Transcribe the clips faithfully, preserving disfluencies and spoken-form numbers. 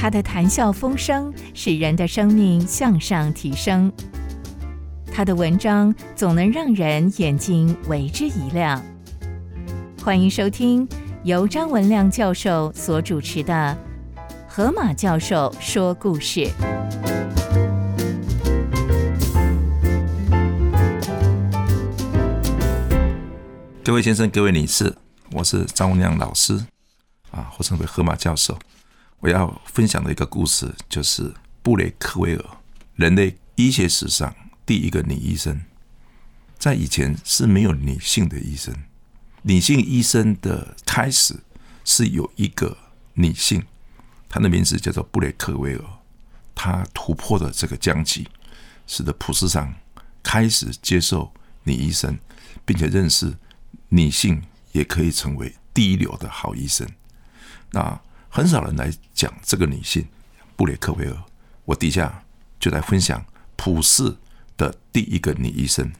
他的谈笑风生使人的生命向上提升，他的文章总能让人眼睛为之一亮。欢迎收听由张文亮教授所主持的河马教授说故事。 各位先生、各位女士，我是张文亮老师啊，或称为河马教授。我要分享的一个故事就是布雷克维尔，人类医学史上第一个女医生。在以前是没有女性的医生，女性医生的开始是有一个女性，她的名字叫做布雷克维尔，她突破了这个僵局，使得普世上开始接受女医生，并且认识女性也可以成为第一流的好医生。那很少人来讲这个女性布雷克维尔，我底下就来分享普世的第一个女医生。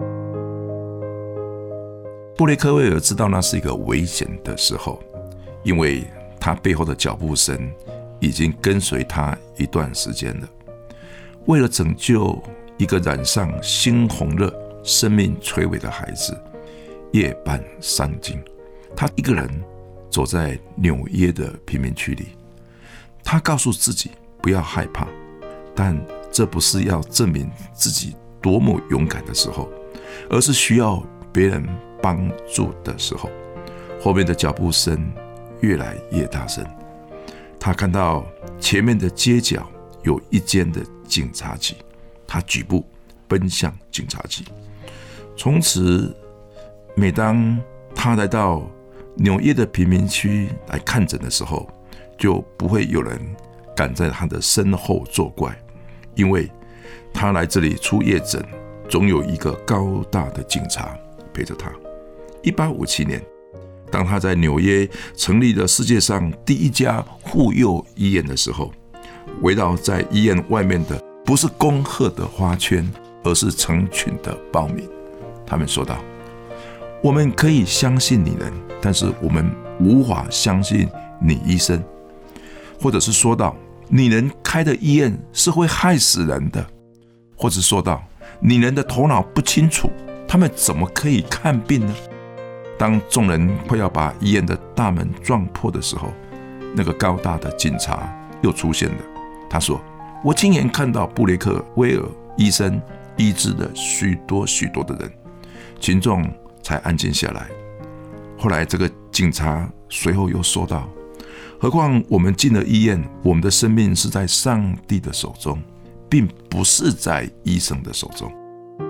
布雷克维尔知道那是一个危险的时候，因为他背后的脚步声已经跟随他一段时间了。为了拯救一个染上猩红热、生命垂危的孩子，夜半三更，他一个人走在纽约的贫民区里。他告诉自己不要害怕，但这不是要证明自己多么勇敢的时候，而是需要别人帮助的时候。后面的脚步声越来越大声，他看到前面的街角有一间的警察局，他举步奔向警察局。从此每当他来到纽约的贫民区来看诊的时候，就不会有人敢在他的身后作怪，因为他来这里出夜诊，总有一个高大的警察陪着他。一八五七年，当他在纽约成立了世界上第一家妇幼医院的时候，围绕在医院外面的不是恭贺的花圈，而是成群的暴民。他们说道：我们可以相信你人，但是我们无法相信女医生。或者是说到女人开的医院是会害死人的，或者说到女人的头脑不清楚，他们怎么可以看病呢？当众人快要把医院的大门撞破的时候，那个高大的警察又出现了。他说：我亲眼看到布雷克维尔医生医治了许多许多的人。群众才安静下来。后来这个警察随后又说道：何况我们进了医院，我们的生命是在上帝的手中，并不是在医生的手中。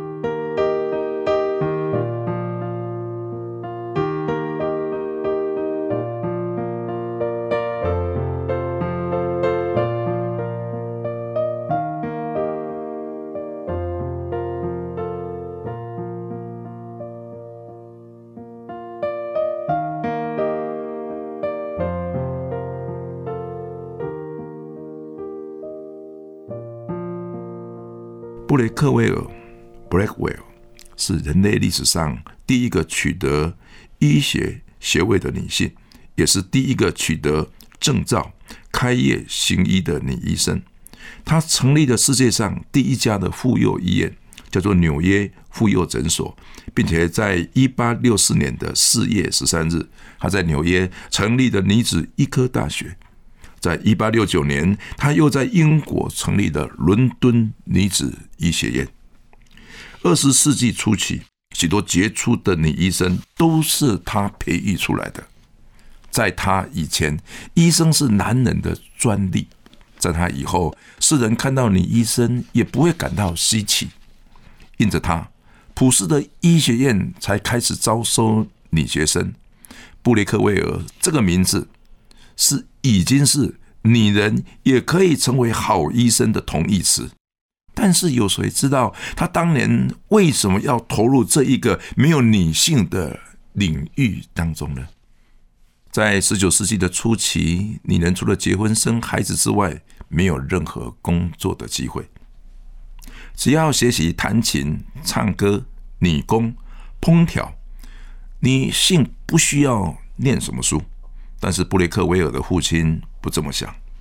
布雷克维尔 Blackwell 是人类历史上第一个取得医学学位的女性，也是第一个取得证照开业行医的女医生。她成立了世界上第一家的妇幼医院，叫做纽约妇幼诊所，并且在一八六四年的四月十三日，她在纽约成立了女子医科大学。在一八六九年，他又在英国成立了伦敦女子医学院。二十世纪初期，许多杰出的女医生都是他培育出来的。在他以前，医生是男人的专利；在他以后，世人看到女医生也不会感到稀奇。因着他，普世的医学院才开始招收女学生。布雷克维尔这个名字是已经是女人也可以成为好医生的同义词。但是有谁知道他当年为什么要投入这一个没有女性的领域当中呢？在十九世纪的初期，女人除了结婚生孩子之外，没有任何工作的机会。只要学习弹琴、唱歌、女工、烹调，女性不需要念什么书。但是布雷克维尔的父亲不这么想。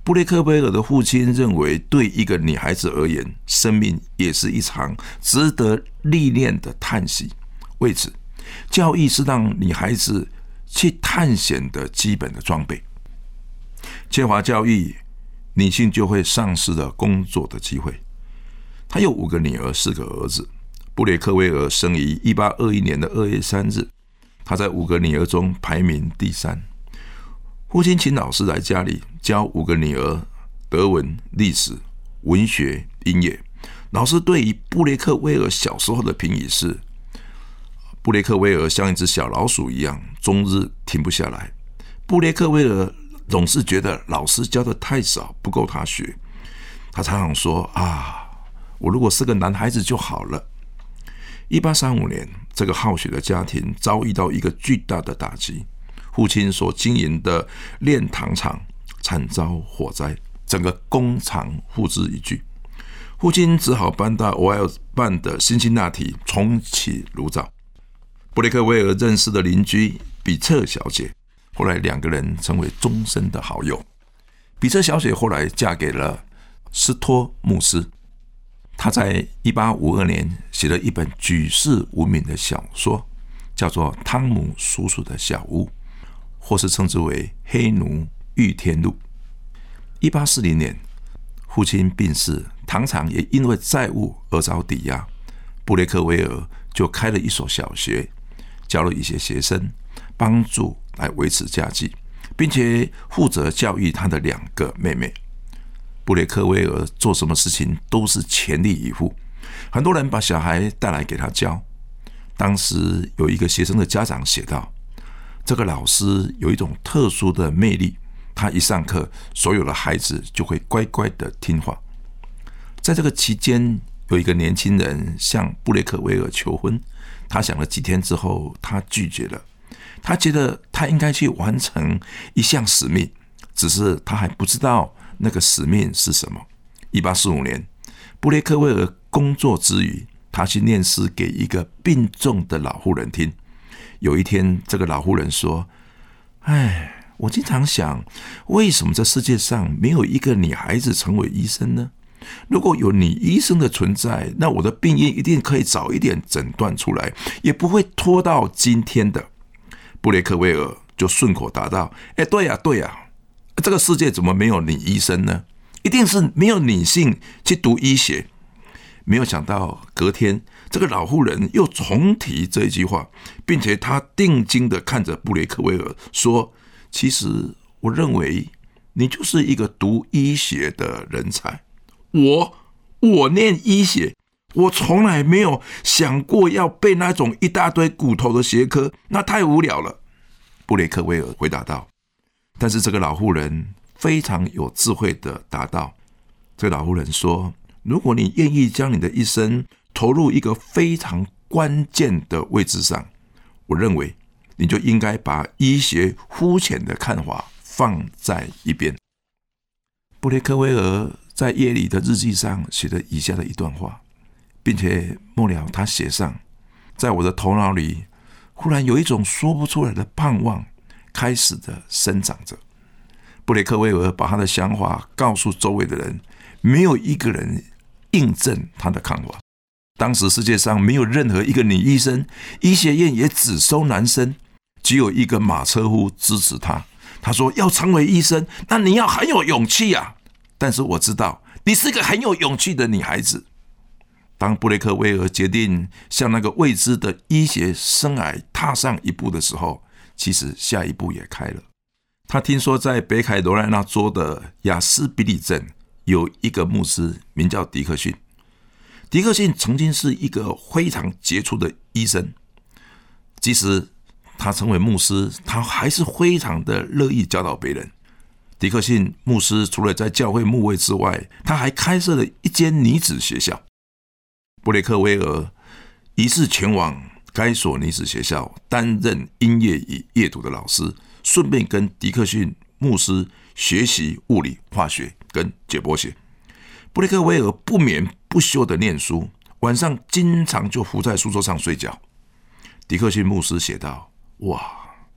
布雷克威尔的父亲认为，对一个女孩子而言，生命也是一场值得历练的探险。为此，教育是让女孩子去探险的基本的装备。缺乏教育，女性就会丧失了工作的机会。他有五个女儿，四个儿子。布雷克威尔生于一八二一年的二月三日，他在五个女儿中排名第三。父亲请老师来家里教五个女儿德文、历史、文学、音乐。老师对于布雷克威尔小时候的评语是：布雷克威尔像一只小老鼠一样，终日停不下来。布雷克威尔总是觉得老师教的太少，不够他学。他常常说：啊，我如果是个男孩子就好了。一八三五年，这个好学的家庭遭遇到一个巨大的打击，父亲所经营的炼糖厂惨遭火灾，整个工厂付之一炬。父亲只好搬到俄亥俄州的辛辛那提重启炉灶。布雷克威尔认识的邻居比彻小姐，后来两个人成为终身的好友。比彻小姐后来嫁给了斯托牧师。他在一八五二年写了一本举世闻名的小说，叫做《汤姆叔叔的小屋》，或是称之为《黑奴御天录》。一八四零年，父亲病逝，糖厂也因为债务而遭抵押。布雷克威尔就开了一所小学，教了一些学生，帮助来维持家计，并且负责教育他的两个妹妹。布雷克威尔做什么事情都是全力以赴，很多人把小孩带来给他教。当时有一个学生的家长写道，这个老师有一种特殊的魅力，他一上课，所有的孩子就会乖乖的听话。在这个期间，有一个年轻人向布雷克威尔求婚，他想了几天之后，他拒绝了。他觉得他应该去完成一项使命，只是他还不知道那个使命是什么。一八四五年，布雷克威尔工作之余，他去念诗给一个病重的老妇人听。有一天，这个老妇人说：哎，我经常想，为什么这世界上没有一个女孩子成为医生呢？如果有女医生的存在，那我的病因一定可以早一点诊断出来，也不会拖到今天的。布雷克威尔就顺口答道：哎，对呀，对呀，这个世界怎么没有女医生呢？一定是没有女性去读医学。没有想到隔天，这个老妇人又重提这一句话，并且她定睛地看着布雷克威尔说：其实我认为你就是一个读医学的人才。我我念医学，我从来没有想过要背那种一大堆骨头的学科，那太无聊了。布雷克威尔回答道。但是这个老妇人非常有智慧地答道，这个老妇人说：如果你愿意将你的一生投入一个非常关键的位置上，我认为你就应该把医学肤浅的看法放在一边。布雷克威尔在夜里的日记上写了以下的一段话，并且末了他写上：在我的头脑里忽然有一种说不出来的盼望开始的生长着。布雷克威尔把他的想法告诉周围的人，没有一个人印证他的看法。当时世界上没有任何一个女医生，医学院也只收男生，只有一个马车夫支持他。他说：要成为医生，那你要很有勇气啊！但是我知道你是个很有勇气的女孩子。当布雷克威尔决定向那个未知的医学生涯踏上一步的时候，其实下一步也开了。他听说在北卡罗来纳州的亚斯比里镇有一个牧师名叫迪克逊。迪克逊曾经是一个非常杰出的医生，即使他成为牧师，他还是非常的乐意教导别人。迪克逊牧师除了在教会牧会之外，他还开设了一间女子学校。布雷克威尔一次前往该所女子学校担任音乐与阅读的老师，顺便跟迪克逊牧师学习物理、化学跟解剖学。布雷克威尔不眠不休的念书，晚上经常就伏在书桌上睡觉。迪克逊牧师写道：哇，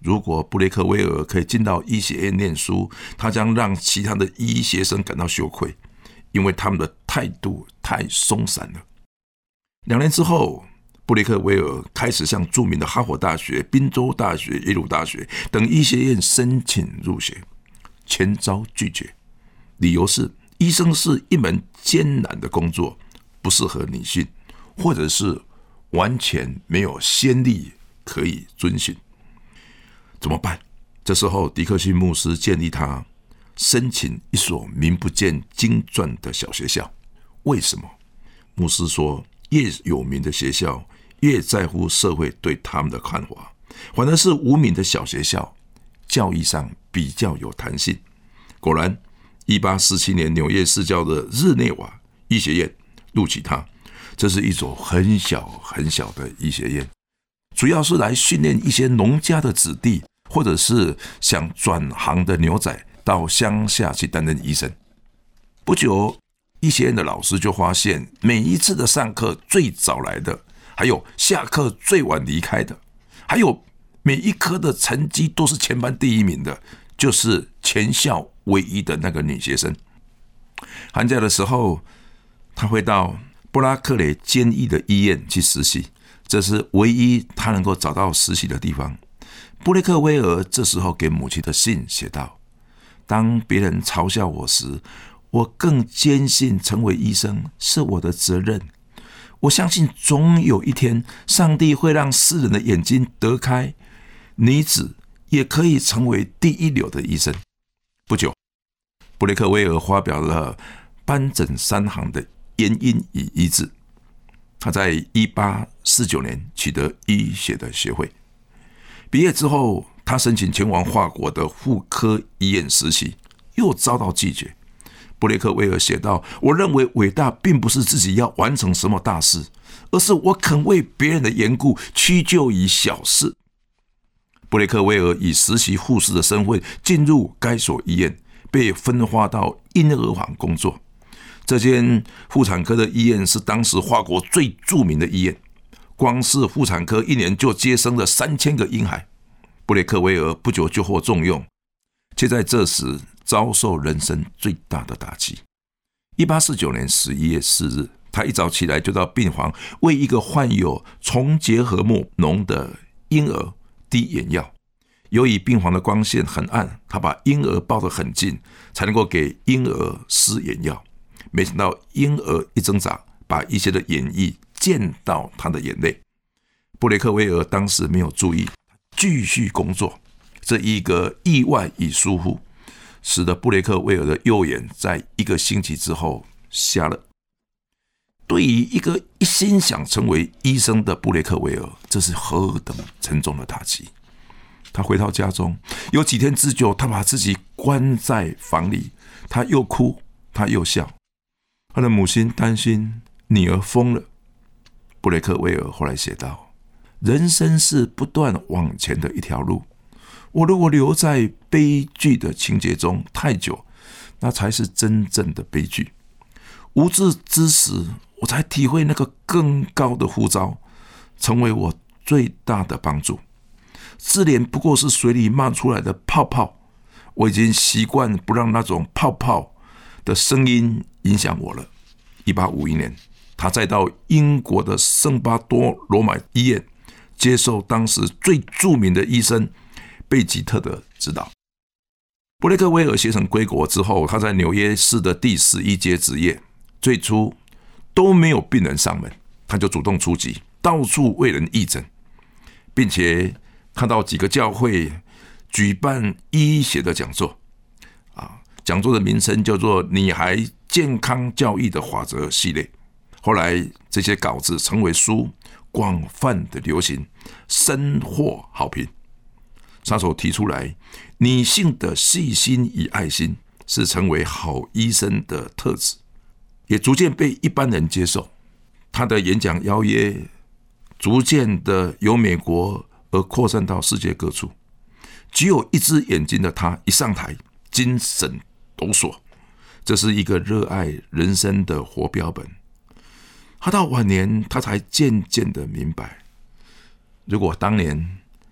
如果布雷克威尔可以进到医学院念书，他将让其他的医学生感到羞愧，因为他们的态度太松散了。两年之后，布雷克威尔开始向著名的哈佛大学、宾州大学、耶鲁大学等医学院申请入学，全遭拒绝，理由是医生是一门艰难的工作，不适合女性，或者是完全没有先例可以遵循。怎么办？这时候迪克逊牧师建议他申请一所名不见经传的小学校。为什么？牧师说，越有名的学校越在乎社会对他们的看法，反而是无名的小学校教育上比较有弹性。果然一八四七年纽约市郊的日内瓦医学院录取他，这是一所很小很小的医学院，主要是来训练一些农家的子弟，或者是想转行的牛仔到乡下去担任医生。不久，医学院的老师就发现，每一次的上课最早来的，还有下课最晚离开的，还有每一科的成绩都是全班第一名的，就是全校唯一的那个女学生。寒假的时候，她会到布拉克雷监狱的医院去实习，这是唯一她能够找到实习的地方。布雷克威尔这时候给母亲的信写道：当别人嘲笑我时，我更坚信成为医生是我的责任。我相信总有一天，上帝会让世人的眼睛得开，女子也可以成为第一流的医生。不久，布雷克威尔发表了斑疹三行的原因与医治。他在一八四九年取得医学的学位。毕业之后，他申请前往法国的妇科医院实习，又遭到拒绝。布雷克威尔写道：我认为伟大并不是自己要完成什么大事，而是我肯为别人的缘故屈就于小事。布雷克威尔以实习护士的身份进入该所医院，被分发到婴儿房工作。这间妇产科的医院是当时法国最著名的医院，光是妇产科一年就接生了三千个婴孩。布雷克威尔不久就获重用，却在这时遭受人生最大的打击。一八四九年十一月四日，他一早起来就到病房为一个患有重结核膜脓的婴儿滴眼药。由于病房的光线很暗，他把婴儿抱得很近，才能够给婴儿施眼药。没想到婴儿一挣扎，把一些的眼液溅到他的眼泪。布雷克威尔当时没有注意，继续工作。这一个意外与疏忽，使得布雷克威尔的右眼在一个星期之后瞎了。对于一个一心想成为医生的布雷克威尔，这是何等沉重的打击。他回到家中，有几天之久，他把自己关在房里，他又哭，他又笑。他的母亲担心女儿疯了。布雷克威尔后来写道：人生是不断往前的一条路，我如果留在悲剧的情节中太久，那才是真正的悲剧。无知之时，我才体会那个更高的呼召，成为我最大的帮助。自怜不过是水里漫出来的泡泡，我已经习惯不让那种泡泡的声音影响我了。一八五一年，他再到英国的圣巴多罗买医院接受当时最著名的医生贝吉特的指导。布雷克威尔学成归国之后，他在纽约市的第十一街执业。最初都没有病人上门，他就主动出击，到处为人义诊，并且看到几个教会举办医学的讲座。啊，讲座的名称叫做《女孩健康教育的法则》系列。后来这些稿子成为书，广泛的流行，深获好评。他所提出来，女性的细心与爱心是成为好医生的特质，也逐渐被一般人接受。他的演讲邀约逐渐的由美国而扩散到世界各处。只有一只眼睛的他一上台，精神抖擞，这是一个热爱人生的活标本。他到晚年，他才渐渐的明白，如果当年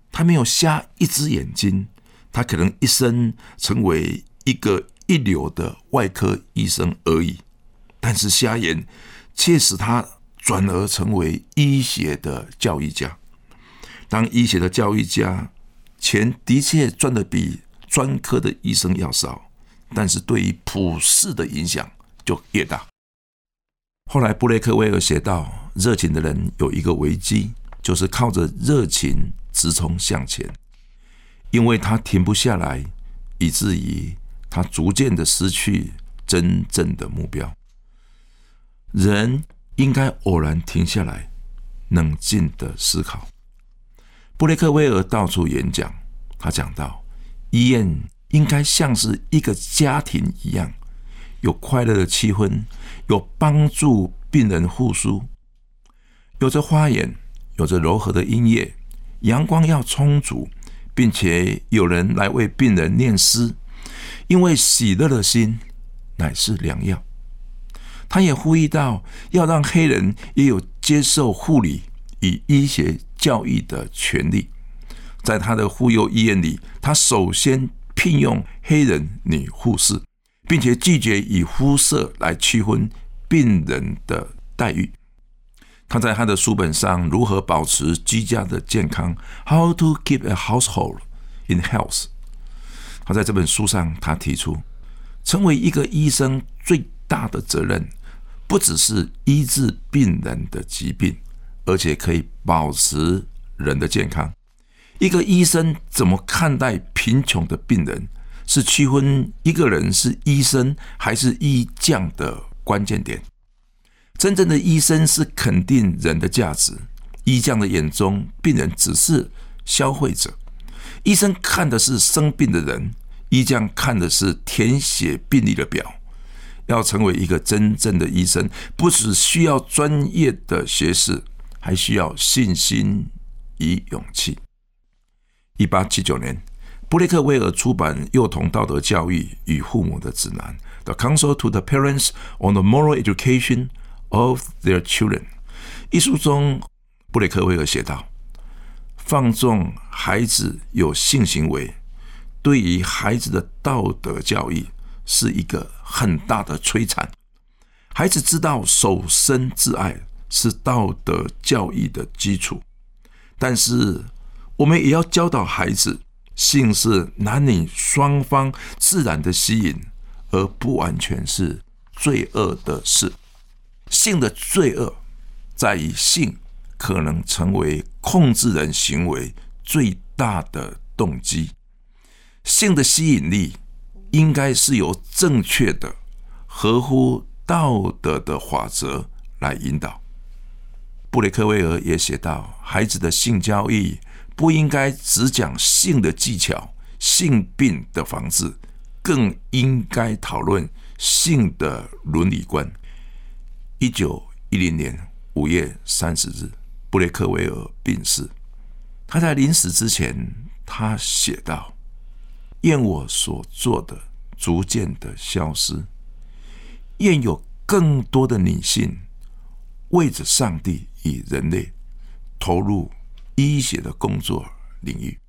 他没有瞎一只眼睛，他可能一生成为一个一流的外科医生而已，但是瞎眼却使他转而成为医学的教育家。当医学的教育家，钱的确赚得比专科的医生要少，但是对于普世的影响就越大。后来布雷克威尔写道，热情的人有一个危机，就是靠着热情直冲向前，因为他停不下来，以至于他逐渐的失去真正的目标。人应该偶然停下来，冷静的思考。布雷克威尔到处演讲，他讲到，医院应该像是一个家庭一样，有快乐的气氛，有帮助病人复苏，有着花园，有着柔和的音乐，阳光要充足，并且有人来为病人念诗，因为喜乐的心乃是良药。他也呼吁到，要让黑人也有接受护理与医学教育的权利。在他的妇幼医院里，他首先聘用黑人女护士，并且拒绝以肤色来区分病人的待遇。他在他的书本上如何保持居家的健康 How to keep a household in health。 他在这本书上他提出，成为一个医生最大的责任不只是医治病人的疾病，而且可以保持人的健康。一个医生怎么看待贫穷的病人，是区分一个人是医生还是医匠的关键点。真正的医生是肯定人的价值，医匠的眼中，病人只是消费者。医生看的是生病的人，医匠看的是填写病历的表。要成为一个真正的医生，不只需要专业的学识，还需要信心与勇气。一八七九年，布雷克威尔出版《幼童道德教育与父母的指南》The Counsel to the Parents on the Moral Education of Their Children。 一书中，布雷克威尔写道，放纵孩子有性行为，对于孩子的道德教育是一个很大的摧残。孩子知道守身自爱是道德教育的基础，但是我们也要教导孩子，性是男女双方自然的吸引，而不完全是罪恶的事。性的罪恶在于性可能成为控制人行为最大的动机。性的吸引力应该是由正确的、合乎道德的法则来引导。布雷克威尔也写道，孩子的性教育不应该只讲性的技巧、性病的防治，更应该讨论性的伦理观。一九一零年五月三十日，布雷克威尔病逝。他在临死之前，他写道，愿我所做的逐渐的消失，愿有更多的女性为着上帝与人类投入医学的工作领域。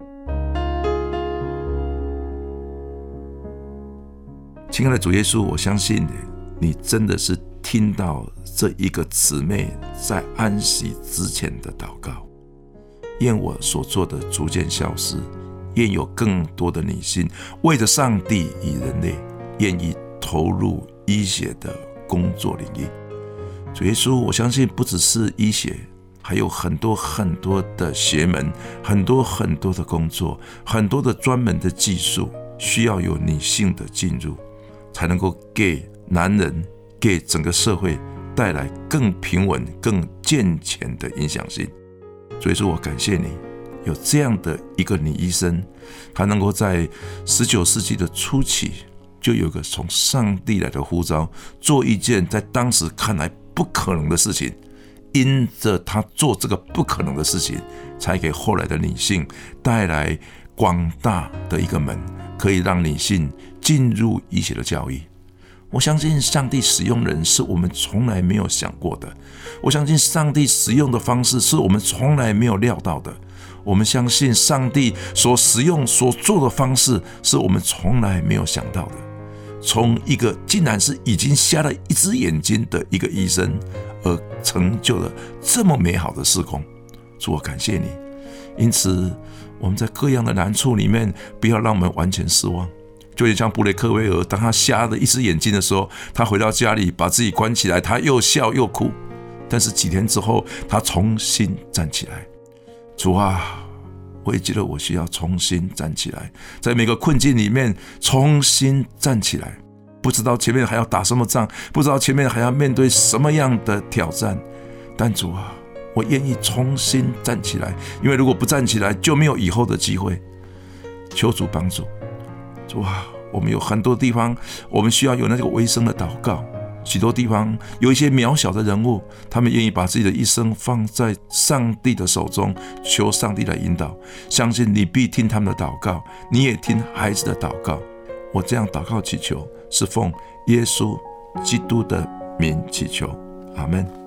亲爱的主耶稣，我相信你真的是听到这一个姊妹在安息之前的祷告，愿我所做的逐渐消失，愿有更多的女性为着上帝与人类愿意投入医学的工作领域。主耶稣，我相信不只是医学，还有很多很多的学门，很多很多的工作，很多的专门的技术，需要有女性的进入，才能够给男人，给整个社会带来更平稳、更健全的影响性。所以说我感谢你有这样的一个女医生，她能够在十九世纪的初期就有个从上帝来的呼召，做一件在当时看来不可能的事情。因着她做这个不可能的事情，才给后来的女性带来广大的一个门，可以让女性进入医学的教育。我相信上帝使用人是我们从来没有想过的，我相信上帝使用的方式是我们从来没有料到的。 我们相信上帝所使用所做的方式是我们从来没有想到的，从一个竟然是已经瞎了一只眼睛的一个医生，而成就了这么美好的事工。主，我感谢你。因此我们在各样的难处里面，不要让我们完全失望。就像布雷克维尔，当他瞎了一只眼睛的时候，他回到家里把自己关起来，他又笑又哭，但是几天之后他重新站起来。主啊，我也觉得我需要重新站起来，在每个困境里面重新站起来。不知道前面还要打什么仗，不知道前面还要面对什么样的挑战，但主啊，我愿意重新站起来，因为如果不站起来就没有以后的机会。求主帮助。主啊，我们有很多地方我们需要有那个微声的祷告，许多地方有一些渺小的人物，他们愿意把自己的一生放在上帝的手中，求上帝来引导，相信你必听他们的祷告，你也听孩子的祷告。我这样祷告祈求，是奉耶稣基督的名祈求，阿们。